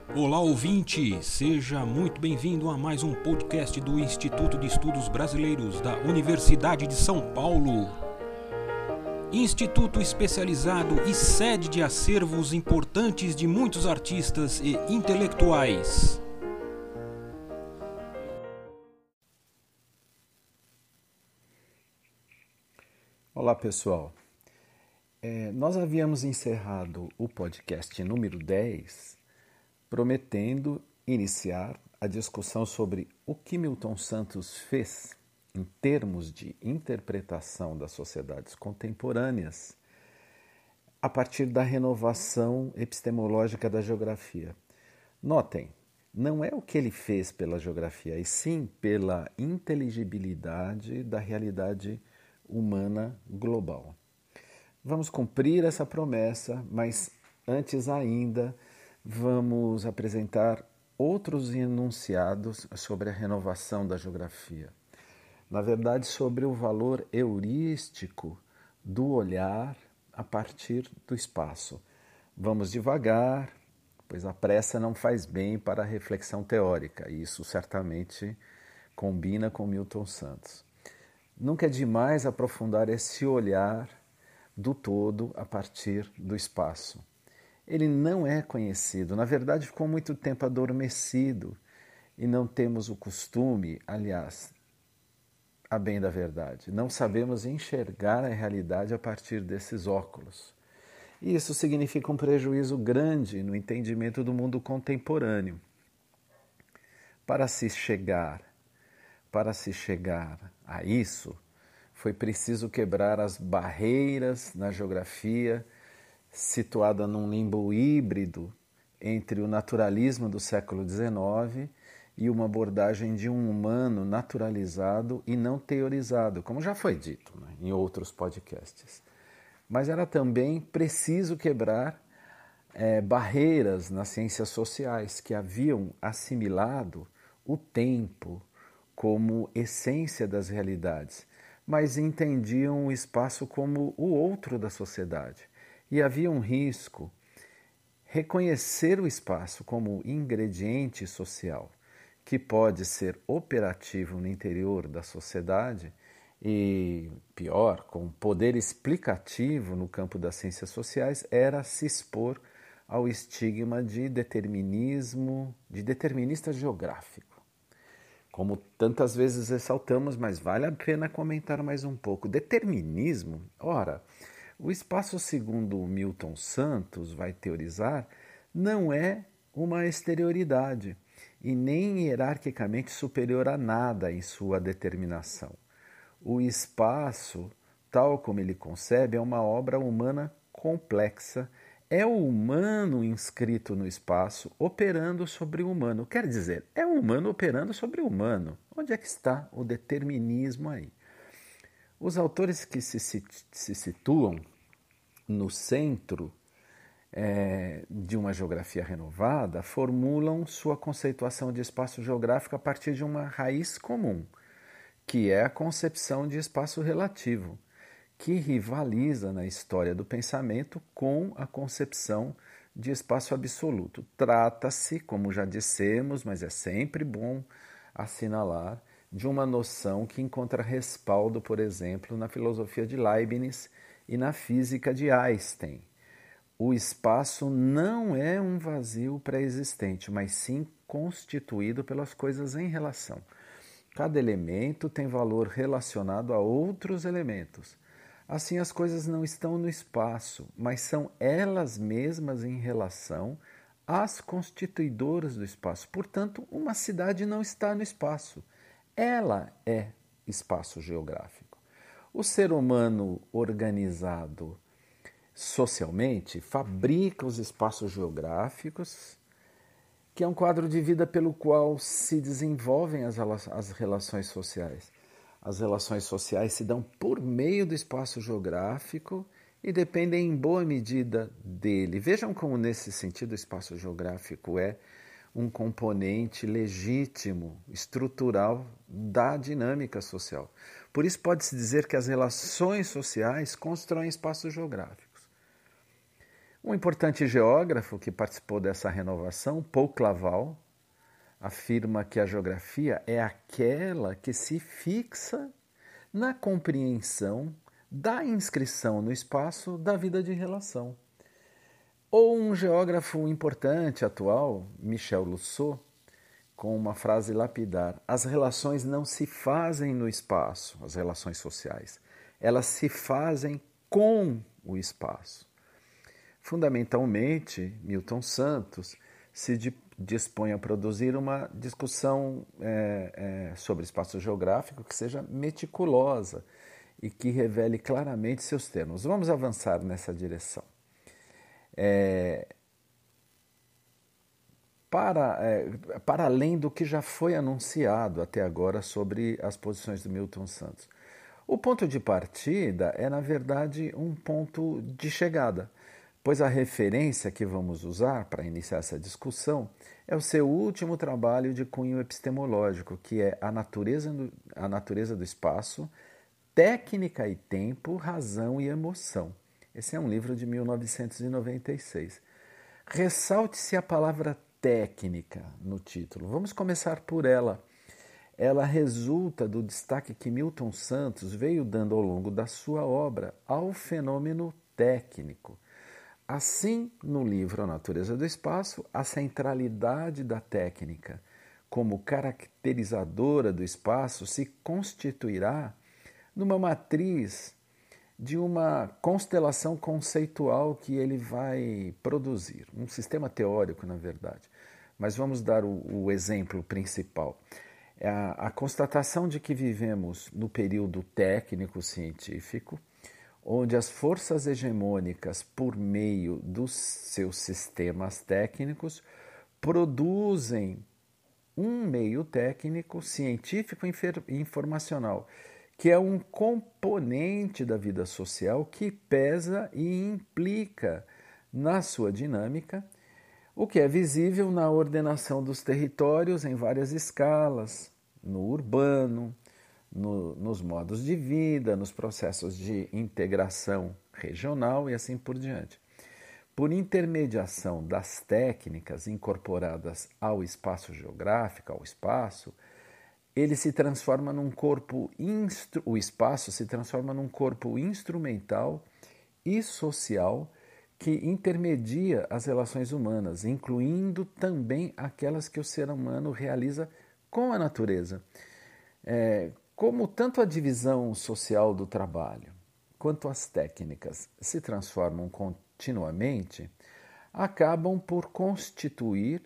Olá ouvinte, seja muito bem-vindo a mais um podcast do Instituto de Estudos Brasileiros da Universidade de São Paulo. Instituto especializado e sede de acervos importantes de muitos artistas e intelectuais. Olá pessoal, nós havíamos encerrado o podcast número 10 prometendo iniciar a discussão sobre o que Milton Santos fez em termos de interpretação das sociedades contemporâneas a partir da renovação epistemológica da geografia. Notem, não é o que ele fez pela geografia, e sim pela inteligibilidade da realidade humana global. Vamos cumprir essa promessa, mas antes ainda vamos apresentar outros enunciados sobre a renovação da geografia. Na verdade, sobre o valor heurístico do olhar a partir do espaço. Vamos devagar, pois a pressa não faz bem para a reflexão teórica, e isso certamente combina com Milton Santos. Nunca é demais aprofundar esse olhar do todo a partir do espaço. Ele não é conhecido, na verdade ficou muito tempo adormecido e não temos o costume, aliás, a bem da verdade, não sabemos enxergar a realidade a partir desses óculos. E isso significa um prejuízo grande no entendimento do mundo contemporâneo. Para se chegar a isso, foi preciso quebrar as barreiras na geografia, situada num limbo híbrido entre o naturalismo do século XIX e uma abordagem de um humano naturalizado e não teorizado, como já foi dito, né, em outros podcasts. Mas era também preciso quebrar barreiras nas ciências sociais que haviam assimilado o tempo como essência das realidades, mas entendiam o espaço como o outro da sociedade. E havia um risco reconhecer o espaço como ingrediente social que pode ser operativo no interior da sociedade e, pior, com poder explicativo no campo das ciências sociais, era se expor ao estigma de determinista geográfico. Como tantas vezes ressaltamos, mas vale a pena comentar mais um pouco. Determinismo, ora, o espaço, segundo Milton Santos vai teorizar, não é uma exterioridade e nem hierarquicamente superior a nada em sua determinação. O espaço, tal como ele concebe, é uma obra humana complexa. É o humano inscrito no espaço, operando sobre o humano. Quer dizer, é o humano operando sobre o humano. Onde é que está o determinismo aí? Os autores que se situam no centro de uma geografia renovada formulam sua conceituação de espaço geográfico a partir de uma raiz comum, que é a concepção de espaço relativo, que rivaliza na história do pensamento com a concepção de espaço absoluto. Trata-se, como já dissemos, mas é sempre bom assinalar, de uma noção que encontra respaldo, por exemplo, na filosofia de Leibniz e na física de Einstein. O espaço não é um vazio pré-existente, mas sim constituído pelas coisas em relação. Cada elemento tem valor relacionado a outros elementos. Assim, as coisas não estão no espaço, mas são elas mesmas em relação às constituidoras do espaço. Portanto, uma cidade não está no espaço. Ela é espaço geográfico. O ser humano organizado socialmente fabrica os espaços geográficos, que é um quadro de vida pelo qual se desenvolvem as relações sociais. As relações sociais se dão por meio do espaço geográfico e dependem em boa medida dele. Vejam como, nesse sentido, o espaço geográfico é um componente legítimo, estrutural da dinâmica social. Por isso pode-se dizer que as relações sociais constroem espaços geográficos. Um importante geógrafo que participou dessa renovação, Paul Claval, afirma que a geografia é aquela que se fixa na compreensão da inscrição no espaço da vida de relação. Ou um geógrafo importante atual, Michel Rousseau, com uma frase lapidar: as relações não se fazem no espaço, as relações sociais, elas se fazem com o espaço. Fundamentalmente, Milton Santos se dispõe a produzir uma discussão sobre espaço geográfico que seja meticulosa e que revele claramente seus termos. Vamos avançar nessa direção. Para além do que já foi anunciado até agora sobre as posições do Milton Santos. O ponto de partida é, na verdade, um ponto de chegada, pois a referência que vamos usar para iniciar essa discussão é o seu último trabalho de cunho epistemológico, que é A Natureza do Espaço, Técnica e Tempo, Razão e Emoção. Esse é um livro de 1996. Ressalte-se a palavra técnica no título. Vamos começar por ela. Ela resulta do destaque que Milton Santos veio dando ao longo da sua obra ao fenômeno técnico. Assim, no livro A Natureza do Espaço, a centralidade da técnica como caracterizadora do espaço se constituirá numa matriz de uma constelação conceitual que ele vai produzir, um sistema teórico, na verdade. Mas vamos dar o exemplo principal. A constatação de que vivemos no período técnico-científico, onde as forças hegemônicas, por meio dos seus sistemas técnicos, produzem um meio técnico, científico e informacional, que é um componente da vida social que pesa e implica na sua dinâmica, o que é visível na ordenação dos territórios em várias escalas, no urbano, nos modos de vida, nos processos de integração regional e assim por diante. Por intermediação das técnicas incorporadas ao espaço geográfico, ao espaço, ele se transforma num corpo, o espaço se transforma num corpo instrumental e social que intermedia as relações humanas, incluindo também aquelas que o ser humano realiza com a natureza. Como tanto a divisão social do trabalho quanto as técnicas se transformam continuamente, acabam por constituir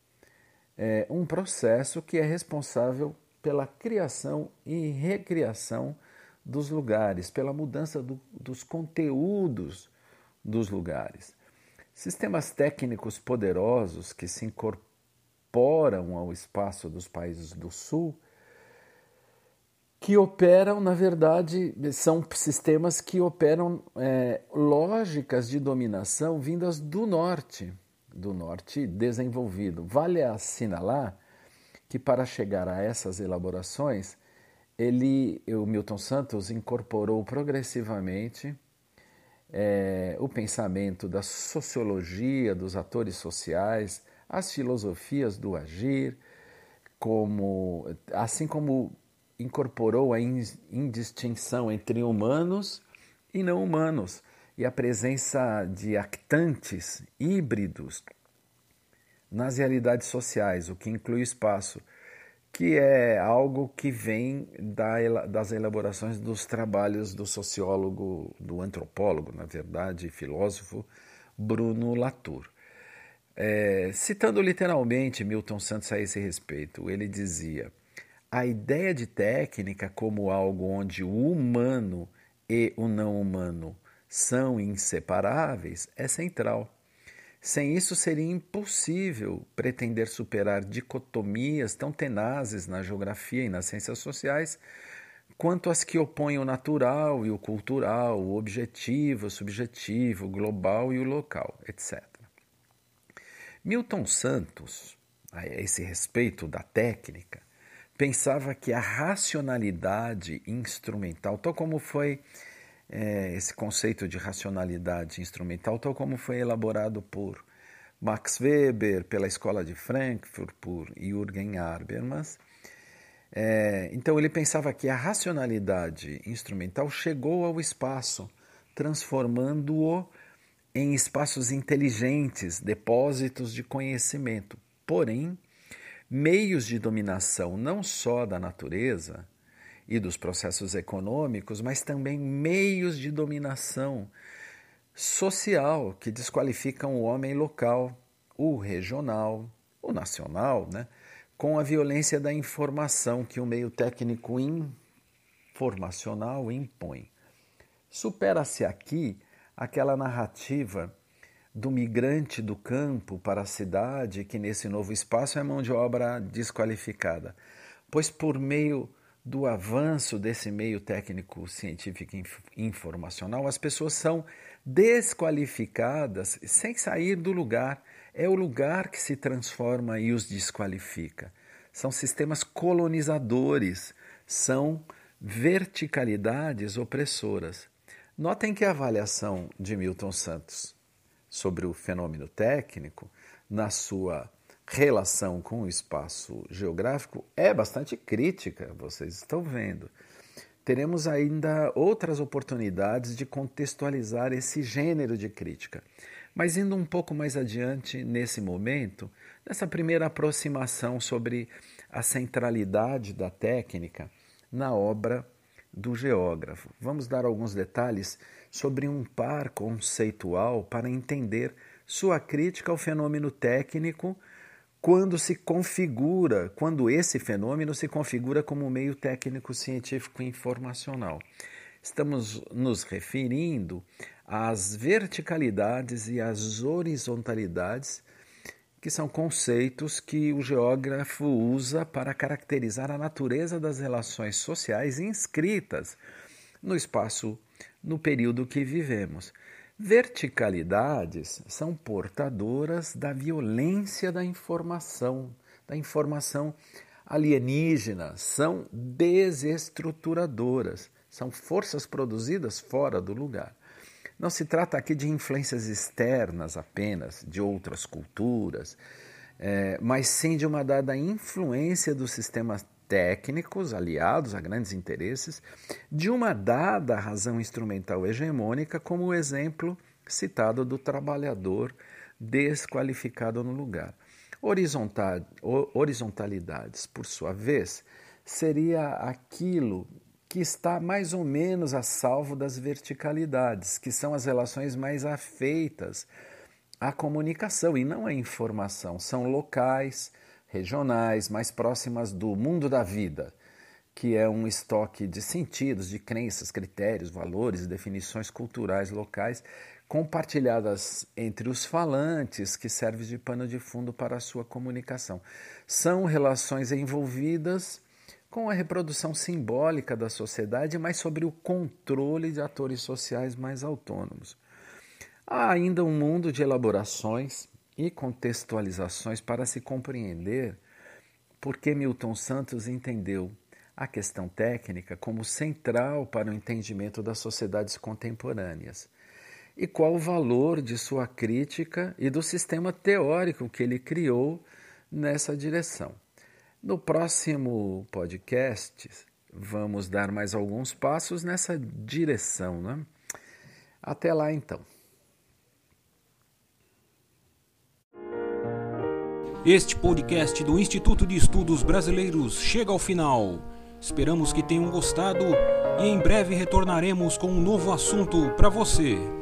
um processo que é responsável pela criação e recriação dos lugares, pela mudança dos conteúdos dos lugares. Sistemas técnicos poderosos que se incorporam ao espaço dos países do Sul, que operam, na verdade, são sistemas que operam lógicas de dominação vindas do norte desenvolvido. Vale assinalar que para chegar a essas elaborações, o Milton Santos incorporou progressivamente o pensamento da sociologia, dos atores sociais, as filosofias do agir, assim como incorporou a indistinção entre humanos e não humanos e a presença de actantes híbridos nas realidades sociais, o que inclui o espaço, que é algo que vem das elaborações dos trabalhos do sociólogo, do antropólogo, na verdade, filósofo, Bruno Latour. Citando literalmente Milton Santos a esse respeito, ele dizia: a ideia de técnica como algo onde o humano e o não humano são inseparáveis é central. Sem isso, seria impossível pretender superar dicotomias tão tenazes na geografia e nas ciências sociais quanto as que opõem o natural e o cultural, o objetivo, o subjetivo, o global e o local, etc. Milton Santos, a esse respeito da técnica, pensava que a racionalidade instrumental, tal como foi esse conceito de racionalidade instrumental, tal como foi elaborado por Max Weber, pela Escola de Frankfurt, por Jürgen Habermas. Então ele pensava que a racionalidade instrumental chegou ao espaço, transformando-o em espaços inteligentes, depósitos de conhecimento. Porém, meios de dominação não só da natureza e dos processos econômicos, mas também meios de dominação social que desqualificam o homem local, o regional, o nacional, com a violência da informação que o meio técnico informacional impõe. Supera-se aqui aquela narrativa do migrante do campo para a cidade, que nesse novo espaço é mão de obra desqualificada, pois por meio do avanço desse meio técnico, científico e informacional, as pessoas são desqualificadas sem sair do lugar. É o lugar que se transforma e os desqualifica. São sistemas colonizadores, são verticalidades opressoras. Notem que a avaliação de Milton Santos sobre o fenômeno técnico, na sua relação com o espaço geográfico, é bastante crítica, vocês estão vendo. Teremos ainda outras oportunidades de contextualizar esse gênero de crítica. Mas indo um pouco mais adiante nesse momento, nessa primeira aproximação sobre a centralidade da técnica na obra do geógrafo. Vamos dar alguns detalhes sobre um par conceitual para entender sua crítica ao fenômeno técnico quando esse fenômeno se configura como meio técnico científico informacional. Estamos nos referindo às verticalidades e às horizontalidades, que são conceitos que o geógrafo usa para caracterizar a natureza das relações sociais inscritas no espaço, no período que vivemos. Verticalidades são portadoras da violência da informação alienígena, são desestruturadoras, são forças produzidas fora do lugar. Não se trata aqui de influências externas apenas, de outras culturas, mas sim de uma dada influência dos sistemas técnicos aliados a grandes interesses, de uma dada razão instrumental hegemônica, como o exemplo citado do trabalhador desqualificado no lugar. Horizontalidades, por sua vez, seria aquilo que está mais ou menos a salvo das verticalidades, que são as relações mais afeitas à comunicação e não à informação. São locais, regionais, mais próximas do mundo da vida, que é um estoque de sentidos, de crenças, critérios, valores e definições culturais locais compartilhadas entre os falantes, que serve de pano de fundo para a sua comunicação. São relações envolvidas com a reprodução simbólica da sociedade, mas sobre o controle de atores sociais mais autônomos. Há ainda um mundo de elaborações e contextualizações para se compreender por que Milton Santos entendeu a questão técnica como central para o entendimento das sociedades contemporâneas e qual o valor de sua crítica e do sistema teórico que ele criou nessa direção. No próximo podcast, vamos dar mais alguns passos nessa direção, Até lá, então. Este podcast do Instituto de Estudos Brasileiros chega ao final. Esperamos que tenham gostado e em breve retornaremos com um novo assunto para você.